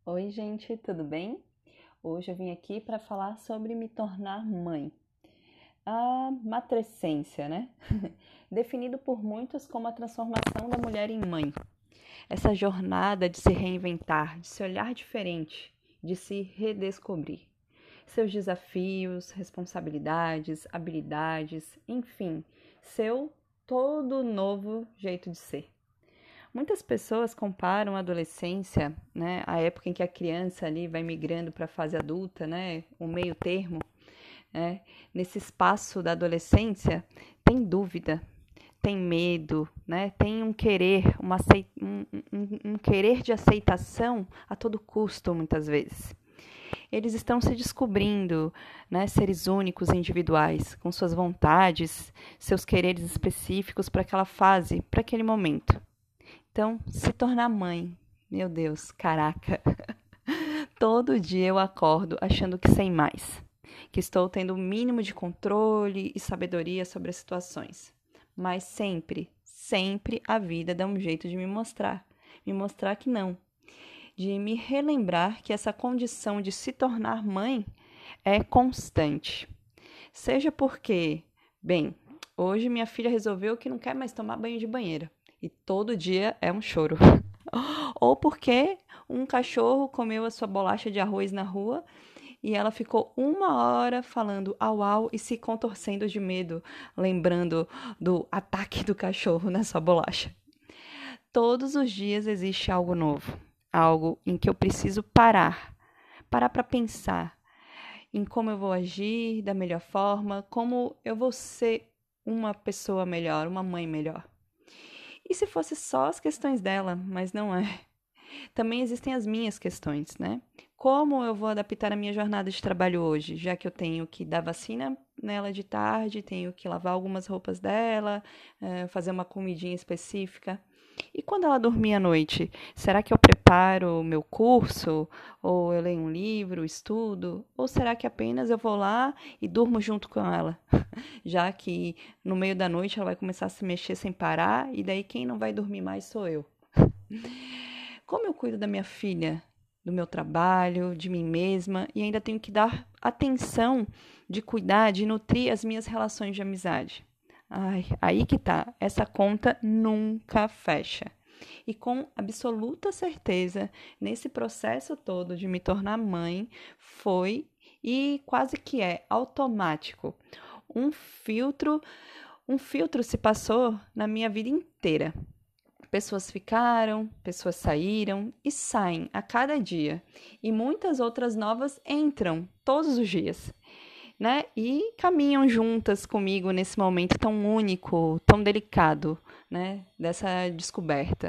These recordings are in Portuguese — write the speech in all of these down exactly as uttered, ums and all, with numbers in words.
Oi, gente, tudo bem? Hoje eu vim aqui para falar sobre me tornar mãe. A matrescência, né? Definido por muitos como a transformação da mulher em mãe. Essa jornada de se reinventar, de se olhar diferente, de se redescobrir. Seus desafios, responsabilidades, habilidades, enfim, seu todo novo jeito de ser. Muitas pessoas comparam a adolescência, né, a época em que a criança ali vai migrando para a fase adulta, né, o meio termo, né, nesse espaço da adolescência, tem dúvida, tem medo, né, tem um querer, uma um, um, um querer de aceitação a todo custo, muitas vezes. Eles estão se descobrindo, né, seres únicos e individuais, com suas vontades, seus quereres específicos para aquela fase, para aquele momento. Então, se tornar mãe, meu Deus, caraca. Todo dia eu acordo achando que sei mais, que estou tendo o mínimo de controle e sabedoria sobre as situações. Mas sempre, sempre a vida dá um jeito de me mostrar, me mostrar que não, de me relembrar que essa condição de se tornar mãe é constante. Seja porque, bem, hoje minha filha resolveu que não quer mais tomar banho de banheira. E todo dia é um choro. Ou porque um cachorro comeu a sua bolacha de arroz na rua e ela ficou uma hora falando au au e se contorcendo de medo, lembrando do ataque do cachorro na sua bolacha. Todos os dias existe algo novo, algo em que eu preciso parar, parar para pensar em como eu vou agir da melhor forma, como eu vou ser uma pessoa melhor, uma mãe melhor. E se fosse só as questões dela, mas não é. Também existem as minhas questões, né? Como eu vou adaptar a minha jornada de trabalho hoje, já que eu tenho que dar vacina nela de tarde, tenho que lavar algumas roupas dela, fazer uma comidinha específica. E quando ela dormir à noite, será que eu preparo o meu curso? Ou eu leio um livro, estudo? Ou será que apenas eu vou lá e durmo junto com ela? Já que no meio da noite ela vai começar a se mexer sem parar e daí quem não vai dormir mais sou eu. Como eu cuido da minha filha, do meu trabalho, de mim mesma e ainda tenho que dar atenção de cuidar, de nutrir as minhas relações de amizade. Ai, aí que tá, essa conta nunca fecha. E com absoluta certeza, nesse processo todo de me tornar mãe, foi e quase que é automático. Um filtro, um filtro se passou na minha vida inteira. Pessoas ficaram, pessoas saíram e saem a cada dia. E muitas outras novas entram todos os dias, né? E caminham juntas comigo nesse momento tão único, tão delicado, né? Dessa descoberta.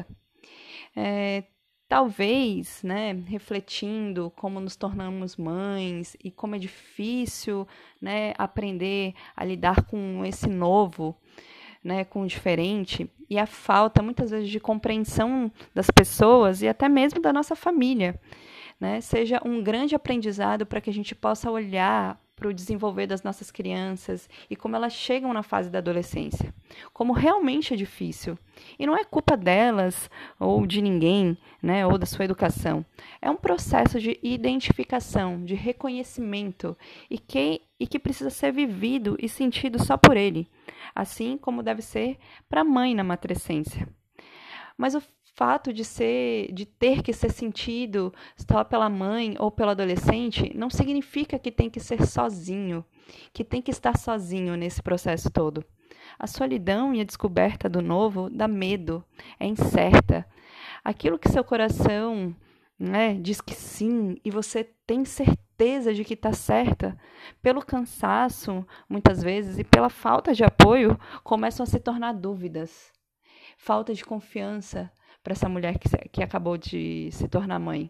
É, talvez, né, refletindo como nos tornamos mães e como é difícil, né, aprender a lidar com esse novo, né, com o diferente, e a falta, muitas vezes, de compreensão das pessoas e até mesmo da nossa família, né, seja um grande aprendizado para que a gente possa olhar para o desenvolver das nossas crianças e como elas chegam na fase da adolescência. Como realmente é difícil. E não é culpa delas ou de ninguém, né, ou da sua educação. É um processo de identificação, de reconhecimento e que, e que precisa ser vivido e sentido só por ele. Assim como deve ser para a mãe na matrescência. Mas o fato de ser, de ter que ser sentido só pela mãe ou pelo adolescente não significa que tem que ser sozinho, que tem que estar sozinho nesse processo todo. A solidão e a descoberta do novo dá medo, é incerta. Aquilo que seu coração, né, diz que sim e você tem certeza de que está certa, pelo cansaço, muitas vezes, e pela falta de apoio, começam a se tornar dúvidas. Falta de confiança para essa mulher que, que acabou de se tornar mãe.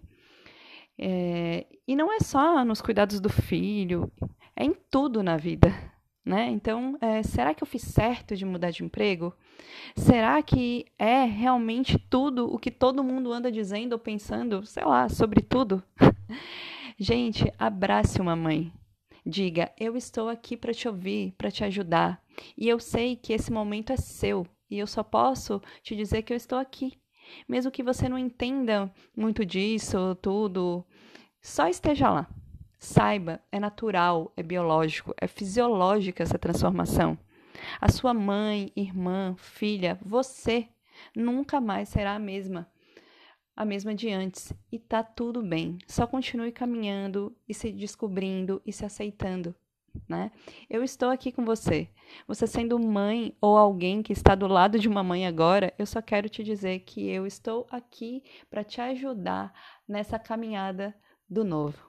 É, e não é só nos cuidados do filho, é em tudo na vida. Né? Então, é, será que eu fiz certo de mudar de emprego? Será que é realmente tudo o que todo mundo anda dizendo ou pensando, sei lá, sobre tudo? Gente, abrace uma mãe. Diga, eu estou aqui para te ouvir, para te ajudar. E eu sei que esse momento é seu. E eu só posso te dizer que eu estou aqui. Mesmo que você não entenda muito disso, tudo, só esteja lá. Saiba, é natural, é biológico, é fisiológica essa transformação. A sua mãe, irmã, filha, você nunca mais será a mesma, a mesma de antes. E tá tudo bem. Só continue caminhando e se descobrindo e se aceitando, né? Eu estou aqui com você. Você sendo mãe ou alguém que está do lado de uma mãe agora, eu só quero te dizer que eu estou aqui para te ajudar nessa caminhada do novo.